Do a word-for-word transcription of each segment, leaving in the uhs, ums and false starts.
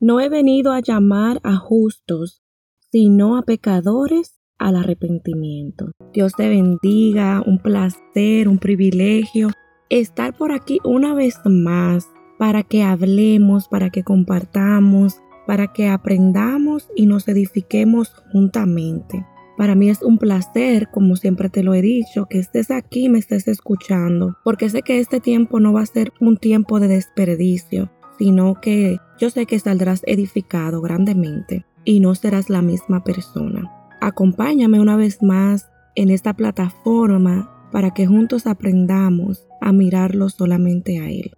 No he venido a llamar a justos, sino a pecadores al arrepentimiento. Dios te bendiga, un placer, un privilegio estar por aquí una vez más para que hablemos, para que compartamos, para que aprendamos y nos edifiquemos juntamente. Para mí es un placer, como siempre te lo he dicho, que estés aquí y me estés escuchando, porque sé que este tiempo no va a ser un tiempo de desperdicio, sino que yo sé que saldrás edificado grandemente y no serás la misma persona. Acompáñame una vez más en esta plataforma para que juntos aprendamos a mirarlo solamente a Él.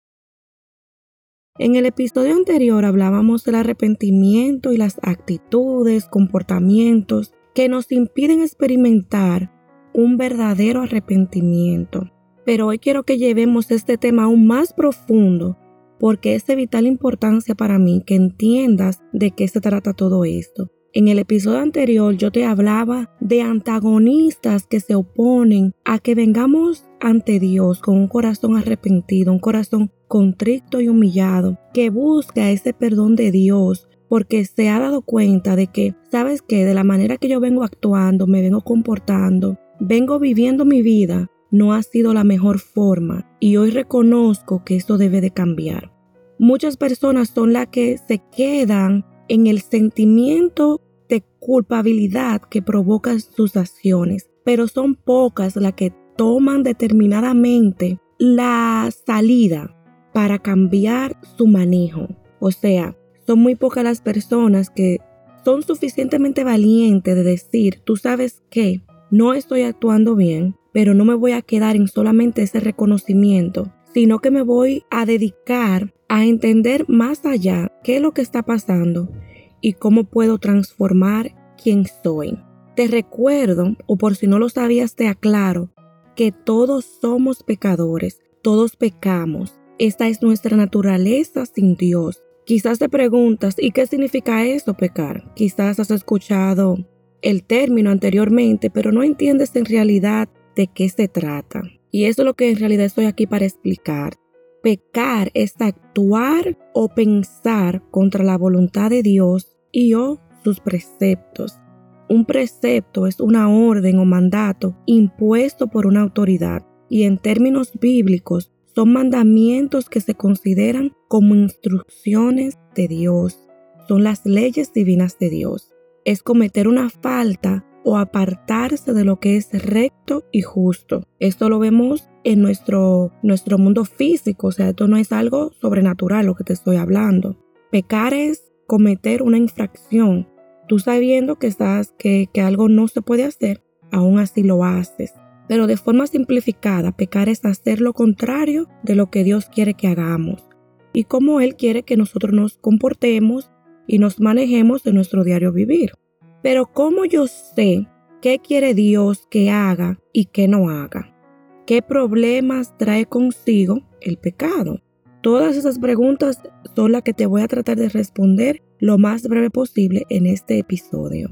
En el episodio anterior hablábamos del arrepentimiento y las actitudes, comportamientos que nos impiden experimentar un verdadero arrepentimiento. Pero hoy quiero que llevemos este tema aún más profundo, porque es de vital importancia para mí que entiendas de qué se trata todo esto. En el episodio anterior yo te hablaba de antagonistas que se oponen a que vengamos ante Dios con un corazón arrepentido, un corazón contrito y humillado, que busca ese perdón de Dios porque se ha dado cuenta de que, ¿sabes qué? De la manera que yo vengo actuando, me vengo comportando, vengo viviendo mi vida, no ha sido la mejor forma y hoy reconozco que esto debe de cambiar. Muchas personas son las que se quedan en el sentimiento de culpabilidad que provocan sus acciones, pero son pocas las que toman determinadamente la salida para cambiar su manejo. O sea, son muy pocas las personas que son suficientemente valientes de decir, tú sabes qué, no estoy actuando bien, pero no me voy a quedar en solamente ese reconocimiento, sino que me voy a dedicar a entender más allá qué es lo que está pasando y cómo puedo transformar quién soy. Te recuerdo, o por si no lo sabías te aclaro, que todos somos pecadores, todos pecamos. Esta es nuestra naturaleza sin Dios. Quizás te preguntas, ¿y qué significa eso, pecar? Quizás has escuchado el término anteriormente, pero no entiendes en realidad de qué se trata. Y eso es lo que en realidad estoy aquí para explicar. Pecar es actuar o pensar contra la voluntad de Dios y o sus preceptos. Un precepto es una orden o mandato impuesto por una autoridad y en términos bíblicos son mandamientos que se consideran como instrucciones de Dios. Son las leyes divinas de Dios. Es cometer una falta o apartarse de lo que es recto y justo. Esto lo vemos en nuestro, nuestro mundo físico, o sea, esto no es algo sobrenatural lo que te estoy hablando. Pecar es cometer una infracción. Tú sabiendo que, estás, que, que algo no se puede hacer, aún así lo haces. Pero de forma simplificada, pecar es hacer lo contrario de lo que Dios quiere que hagamos y como Él quiere que nosotros nos comportemos y nos manejemos en nuestro diario vivir. Pero ¿cómo yo sé qué quiere Dios que haga y qué no haga? ¿Qué problemas trae consigo el pecado? Todas esas preguntas son las que te voy a tratar de responder lo más breve posible en este episodio.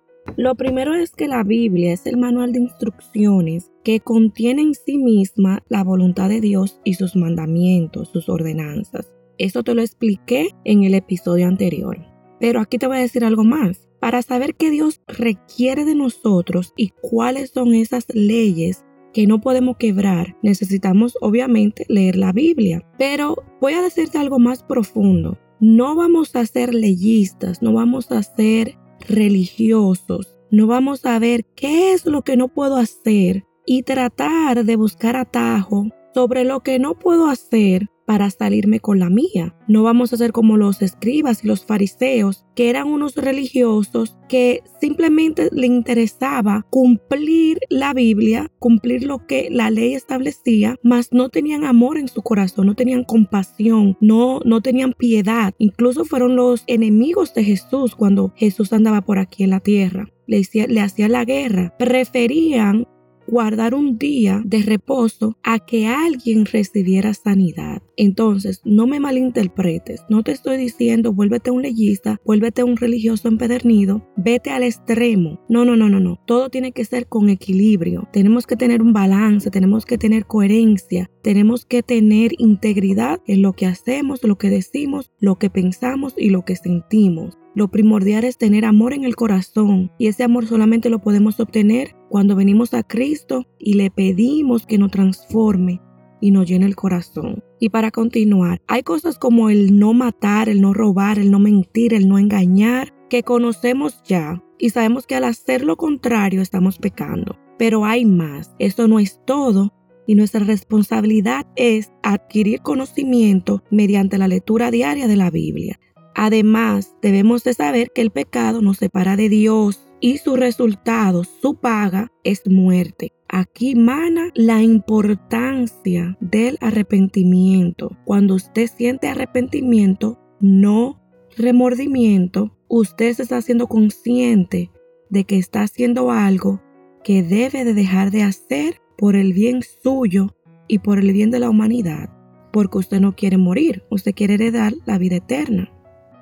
Lo primero es que la Biblia es el manual de instrucciones que contiene en sí misma la voluntad de Dios y sus mandamientos, sus ordenanzas. Eso te lo expliqué en el episodio anterior. Pero aquí te voy a decir algo más. Para saber qué Dios requiere de nosotros y cuáles son esas leyes que no podemos quebrar, necesitamos obviamente leer la Biblia. Pero voy a decirte algo más profundo. No vamos a ser leyistas, no vamos a ser religiosos, no vamos a ver qué es lo que no puedo hacer y tratar de buscar atajo sobre lo que no puedo hacer para salirme con la mía. No vamos a ser como los escribas y los fariseos, que eran unos religiosos que simplemente le interesaba cumplir la Biblia, cumplir lo que la ley establecía, mas no tenían amor en su corazón, no tenían compasión, no, no tenían piedad. Incluso fueron los enemigos de Jesús cuando Jesús andaba por aquí en la tierra. Le, le hacían la guerra. Preferían guardar un día de reposo a que alguien recibiera sanidad. Entonces, no me malinterpretes. No te estoy diciendo vuélvete un leyista, vuélvete un religioso empedernido, vete al extremo. No, no, no, no, no. Todo tiene que ser con equilibrio. Tenemos que tener un balance, tenemos que tener coherencia, tenemos que tener integridad en lo que hacemos, lo que decimos, lo que pensamos y lo que sentimos. Lo primordial es tener amor en el corazón, y ese amor solamente lo podemos obtener cuando venimos a Cristo y le pedimos que nos transforme y nos llene el corazón. Y para continuar, hay cosas como el no matar, el no robar, el no mentir, el no engañar, que conocemos ya y sabemos que al hacer lo contrario estamos pecando. Pero hay más. Eso no es todo. Y nuestra responsabilidad es adquirir conocimiento mediante la lectura diaria de la Biblia. Además, debemos de saber que el pecado nos separa de Dios y su resultado, su paga, es muerte. Aquí mana la importancia del arrepentimiento. Cuando usted siente arrepentimiento, no remordimiento, usted se está haciendo consciente de que está haciendo algo que debe de dejar de hacer por el bien suyo y por el bien de la humanidad, porque usted no quiere morir, usted quiere heredar la vida eterna.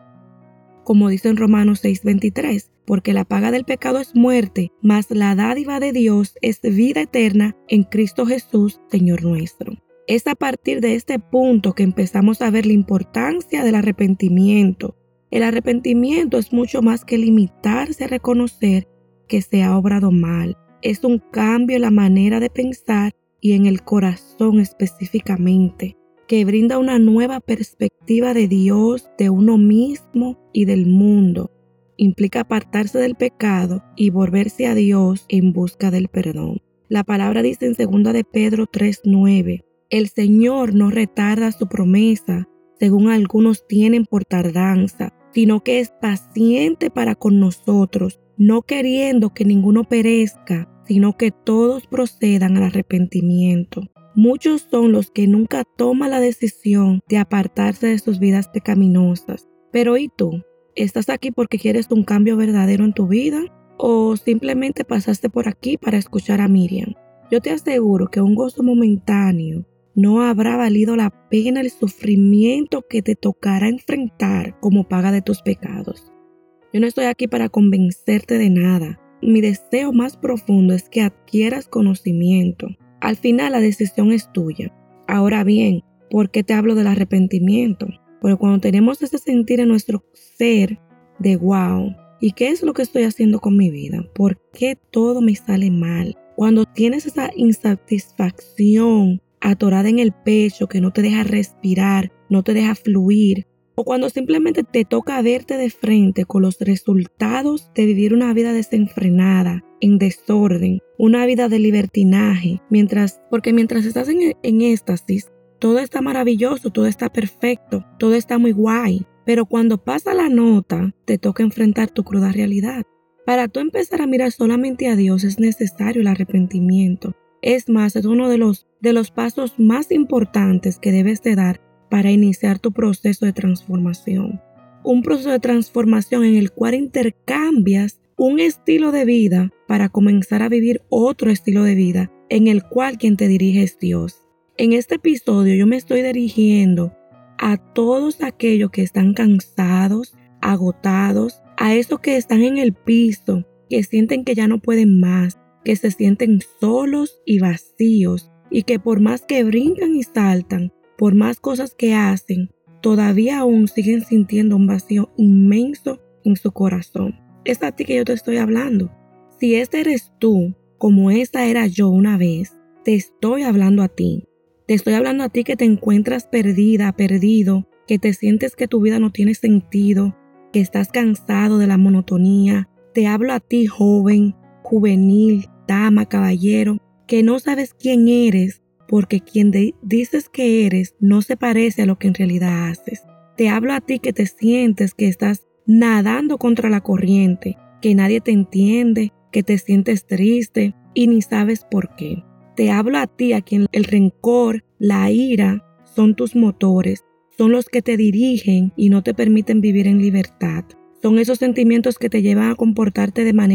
Como dice en Romanos seis veintitrés, porque la paga del pecado es muerte, mas la dádiva de Dios es vida eterna en Cristo Jesús, Señor nuestro. Es a partir de este punto que empezamos a ver la importancia del arrepentimiento. El arrepentimiento es mucho más que limitarse a reconocer que se ha obrado mal. Es un cambio en la manera de pensar y en el corazón específicamente, que brinda una nueva perspectiva de Dios, de uno mismo y del mundo. Implica apartarse del pecado y volverse a Dios en busca del perdón. La palabra dice en segunda de Pedro tres nueve, el Señor no retarda su promesa, según algunos tienen por tardanza, sino que es paciente para con nosotros, no queriendo que ninguno perezca, sino que todos procedan al arrepentimiento. Muchos son los que nunca toman la decisión de apartarse de sus vidas pecaminosas. Pero ¿y tú? ¿Estás aquí porque quieres un cambio verdadero en tu vida? ¿O simplemente pasaste por aquí para escuchar a Miriam? Yo te aseguro que un gozo momentáneo no habrá valido la pena el sufrimiento que te tocará enfrentar como paga de tus pecados. Yo no estoy aquí para convencerte de nada. Mi deseo más profundo es que adquieras conocimiento. Al final la decisión es tuya. Ahora bien, ¿por qué te hablo del arrepentimiento? Porque cuando tenemos ese sentir en nuestro ser de wow, ¿y qué es lo que estoy haciendo con mi vida? ¿Por qué todo me sale mal? Cuando tienes esa insatisfacción atorada en el pecho que no te deja respirar, no te deja fluir, o cuando simplemente te toca verte de frente con los resultados de vivir una vida desenfrenada, en desorden, una vida de libertinaje, mientras, porque mientras estás en, en éxtasis, todo está maravilloso, todo está perfecto, todo está muy guay, pero cuando pasa la nota, te toca enfrentar tu cruda realidad. Para tú empezar a mirar solamente a Dios es necesario el arrepentimiento. Es más, es uno de los, de los pasos más importantes que debes de dar para iniciar tu proceso de transformación. Un proceso de transformación en el cual intercambias un estilo de vida para comenzar a vivir otro estilo de vida en el cual quien te dirige es Dios. En este episodio yo me estoy dirigiendo a todos aquellos que están cansados, agotados, a esos que están en el piso, que sienten que ya no pueden más, que se sienten solos y vacíos y que por más que brincan y saltan, por más cosas que hacen, todavía aún siguen sintiendo un vacío inmenso en su corazón. Es a ti que yo te estoy hablando. Si ese eres tú, como esa era yo una vez, te estoy hablando a ti. Te estoy hablando a ti que te encuentras perdida, perdido, que te sientes que tu vida no tiene sentido, que estás cansado de la monotonía. Te hablo a ti, joven, juvenil, dama, caballero, que no sabes quién eres, porque quien de- dices que eres no se parece a lo que en realidad haces. Te hablo a ti que te sientes que estás nadando contra la corriente, que nadie te entiende, que te sientes triste y ni sabes por qué. Te hablo a ti a quien el rencor, la ira son tus motores, son los que te dirigen y no te permiten vivir en libertad. Son esos sentimientos que te llevan a comportarte de manera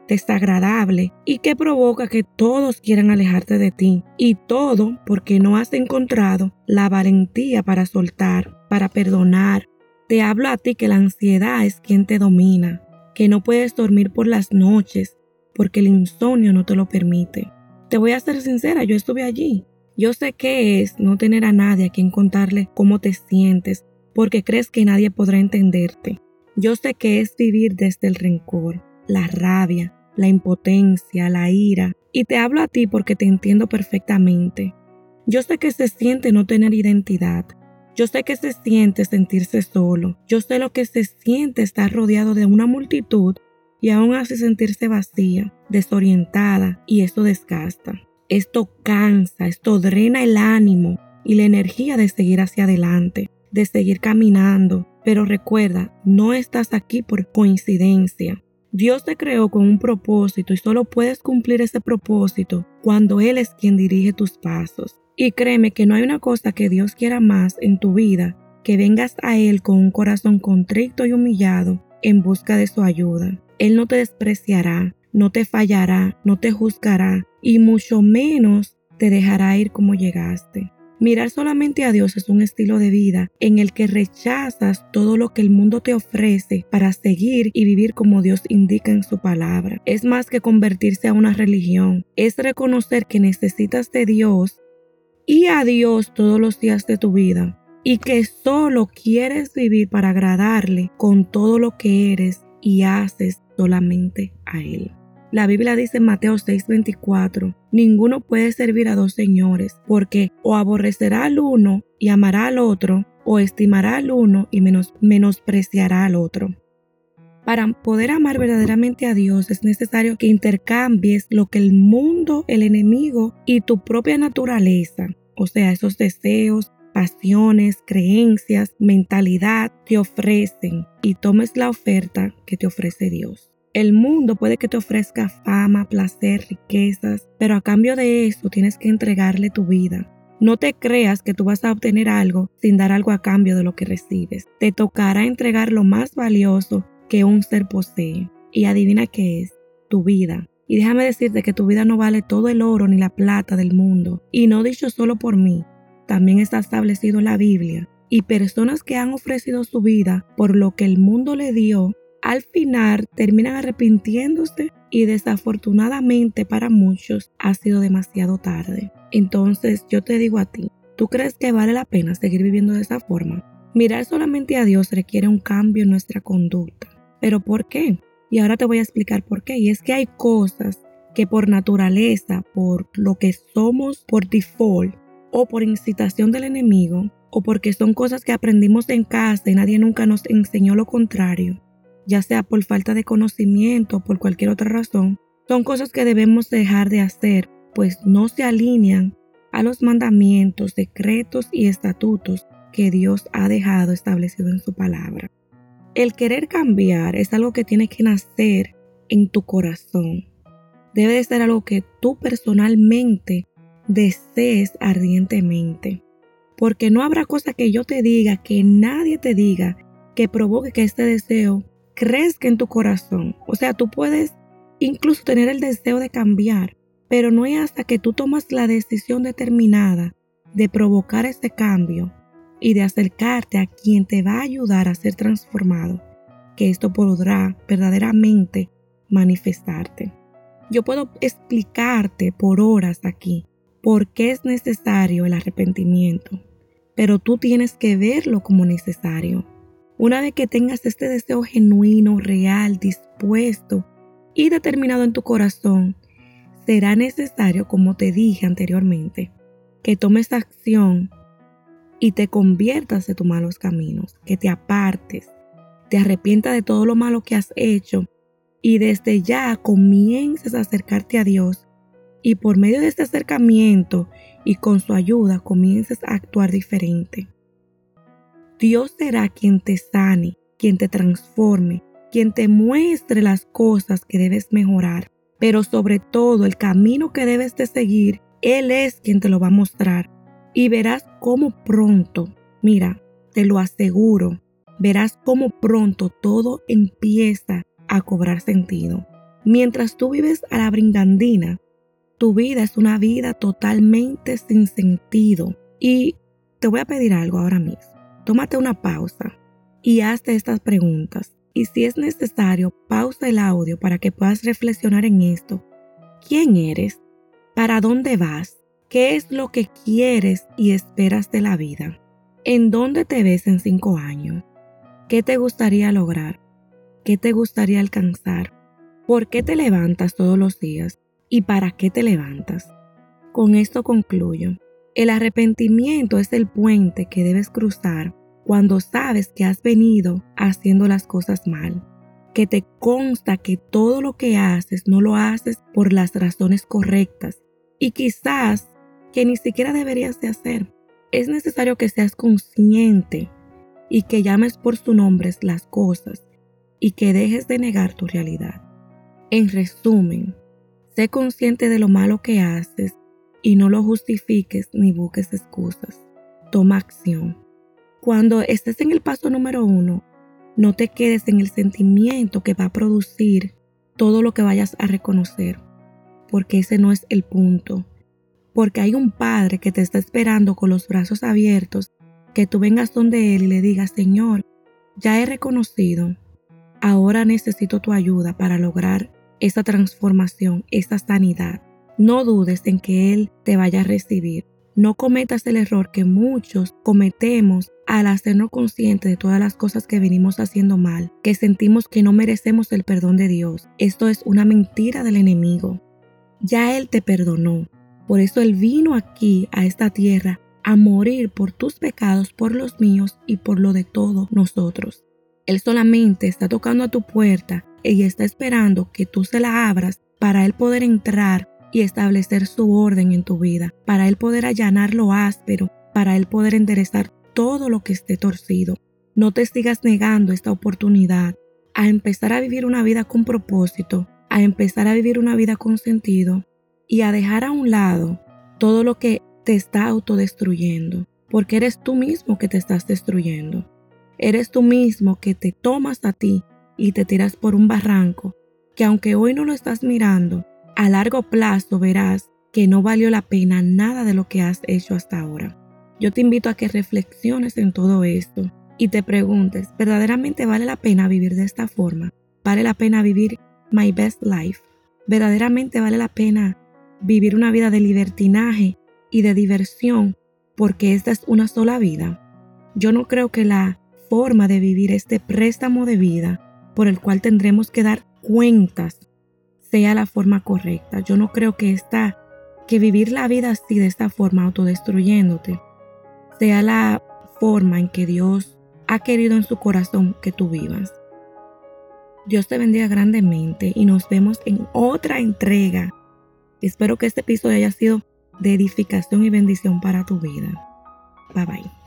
desagradable y que provoca que todos quieran alejarte de ti. Y todo porque no has encontrado la valentía para soltar, para perdonar. Te hablo a ti que la ansiedad es quien te domina, que no puedes dormir por las noches porque el insomnio no te lo permite. Te voy a ser sincera, yo estuve allí. Yo sé qué es no tener a nadie a quien contarle cómo te sientes porque crees que nadie podrá entenderte. Yo sé qué es vivir desde el rencor, la rabia, la impotencia, la ira. Y te hablo a ti porque te entiendo perfectamente. Yo sé que se siente no tener identidad. Yo sé que se siente sentirse solo. Yo sé lo que se siente estar rodeado de una multitud y aún así sentirse vacía, desorientada, y eso desgasta. Esto cansa, esto drena el ánimo y la energía de seguir hacia adelante, de seguir caminando. Pero recuerda, no estás aquí por coincidencia. Dios te creó con un propósito y solo puedes cumplir ese propósito cuando Él es quien dirige tus pasos. Y créeme que no hay una cosa que Dios quiera más en tu vida que vengas a Él con un corazón contrito y humillado en busca de su ayuda. Él no te despreciará, no te fallará, no te juzgará y mucho menos te dejará ir como llegaste. Mirar solamente a Dios es un estilo de vida en el que rechazas todo lo que el mundo te ofrece para seguir y vivir como Dios indica en su palabra. Es más que convertirse a una religión, es reconocer que necesitas de Dios y a Dios todos los días de tu vida y que solo quieres vivir para agradarle con todo lo que eres y haces solamente a Él. La Biblia dice en Mateo seis veinticuatro, ninguno puede servir a dos señores, porque o aborrecerá al uno y amará al otro, o estimará al uno y menos, menospreciará al otro. Para poder amar verdaderamente a Dios es necesario que intercambies lo que el mundo, el enemigo y tu propia naturaleza, o sea, esos deseos, pasiones, creencias, mentalidad te ofrecen y tomes la oferta que te ofrece Dios. El mundo puede que te ofrezca fama, placer, riquezas, pero a cambio de eso tienes que entregarle tu vida. No te creas que tú vas a obtener algo sin dar algo a cambio de lo que recibes. Te tocará entregar lo más valioso que un ser posee. Y adivina qué es, tu vida. Y déjame decirte que tu vida no vale todo el oro ni la plata del mundo. Y no dicho solo por mí, también está establecido en la Biblia. Y personas que han ofrecido su vida por lo que el mundo le dio, al final terminan arrepintiéndose y desafortunadamente para muchos ha sido demasiado tarde. Entonces yo te digo a ti, ¿tú crees que vale la pena seguir viviendo de esa forma? Mirar solamente a Dios requiere un cambio en nuestra conducta. ¿Pero por qué? Y ahora te voy a explicar por qué. Y es que hay cosas que por naturaleza, por lo que somos por default o por incitación del enemigo o porque son cosas que aprendimos en casa y nadie nunca nos enseñó lo contrario, ya sea por falta de conocimiento o por cualquier otra razón, son cosas que debemos dejar de hacer, pues no se alinean a los mandamientos, decretos y estatutos que Dios ha dejado establecido en su palabra. El querer cambiar es algo que tiene que nacer en tu corazón. Debe de ser algo que tú personalmente desees ardientemente, porque no habrá cosa que yo te diga, que nadie te diga, que provoque que este deseo crezca en tu corazón. O sea, tú puedes incluso tener el deseo de cambiar, pero no es hasta que tú tomas la decisión determinada de provocar ese cambio y de acercarte a quien te va a ayudar a ser transformado, que esto podrá verdaderamente manifestarte. Yo puedo explicarte por horas aquí por qué es necesario el arrepentimiento, pero tú tienes que verlo como necesario. Una vez que tengas este deseo genuino, real, dispuesto y determinado en tu corazón, será necesario, como te dije anteriormente, que tomes acción y te conviertas de tus malos caminos, que te apartes, te arrepientas de todo lo malo que has hecho y desde ya comiences a acercarte a Dios y por medio de este acercamiento y con su ayuda comiences a actuar diferente. Dios será quien te sane, quien te transforme, quien te muestre las cosas que debes mejorar, pero sobre todo el camino que debes de seguir, Él es quien te lo va a mostrar. Y verás cómo pronto, mira, te lo aseguro, verás cómo pronto todo empieza a cobrar sentido. Mientras tú vives a la brindandina, tu vida es una vida totalmente sin sentido. Y te voy a pedir algo ahora mismo. Tómate una pausa y hazte estas preguntas. Y si es necesario, pausa el audio para que puedas reflexionar en esto. ¿Quién eres? ¿Para dónde vas? ¿Qué es lo que quieres y esperas de la vida? ¿En dónde te ves en cinco años? ¿Qué te gustaría lograr? ¿Qué te gustaría alcanzar? ¿Por qué te levantas todos los días? ¿Y para qué te levantas? Con esto concluyo. El arrepentimiento es el puente que debes cruzar cuando sabes que has venido haciendo las cosas mal, que te consta que todo lo que haces no lo haces por las razones correctas y quizás que ni siquiera deberías de hacer. Es necesario que seas consciente y que llames por sus nombres las cosas y que dejes de negar tu realidad. En resumen, sé consciente de lo malo que haces y no lo justifiques ni busques excusas. Toma acción. Cuando estés en el paso número uno, no te quedes en el sentimiento que va a producir todo lo que vayas a reconocer, porque ese no es el punto. Porque hay un Padre que te está esperando con los brazos abiertos, que tú vengas donde Él y le digas: Señor, ya he reconocido, ahora necesito tu ayuda para lograr esa transformación, esa sanidad. No dudes en que Él te vaya a recibir. No cometas el error que muchos cometemos al hacernos conscientes de todas las cosas que venimos haciendo mal, que sentimos que no merecemos el perdón de Dios. Esto es una mentira del enemigo. Ya Él te perdonó. Por eso Él vino aquí a esta tierra a morir por tus pecados, por los míos y por lo de todos nosotros. Él solamente está tocando a tu puerta y está esperando que tú se la abras para Él poder entrar y establecer su orden en tu vida, para Él poder allanar lo áspero, para Él poder enderezar todo lo que esté torcido. No te sigas negando esta oportunidad a empezar a vivir una vida con propósito, a empezar a vivir una vida con sentido y a dejar a un lado todo lo que te está autodestruyendo, porque eres tú mismo que te estás destruyendo. Eres tú mismo que te tomas a ti y te tiras por un barranco, que aunque hoy no lo estás mirando, a largo plazo verás que no valió la pena nada de lo que has hecho hasta ahora. Yo te invito a que reflexiones en todo esto y te preguntes, ¿verdaderamente vale la pena vivir de esta forma? ¿Vale la pena vivir my best life? ¿Verdaderamente vale la pena vivir una vida de libertinaje y de diversión porque esta es una sola vida? Yo no creo que la forma de vivir este préstamo de vida por el cual tendremos que dar cuentas sea la forma correcta. Yo no creo que esta, que vivir la vida así, de esta forma, autodestruyéndote, sea la forma en que Dios ha querido en su corazón que tú vivas. Dios te bendiga grandemente y nos vemos en otra entrega. Espero que este episodio haya sido de edificación y bendición para tu vida. Bye bye.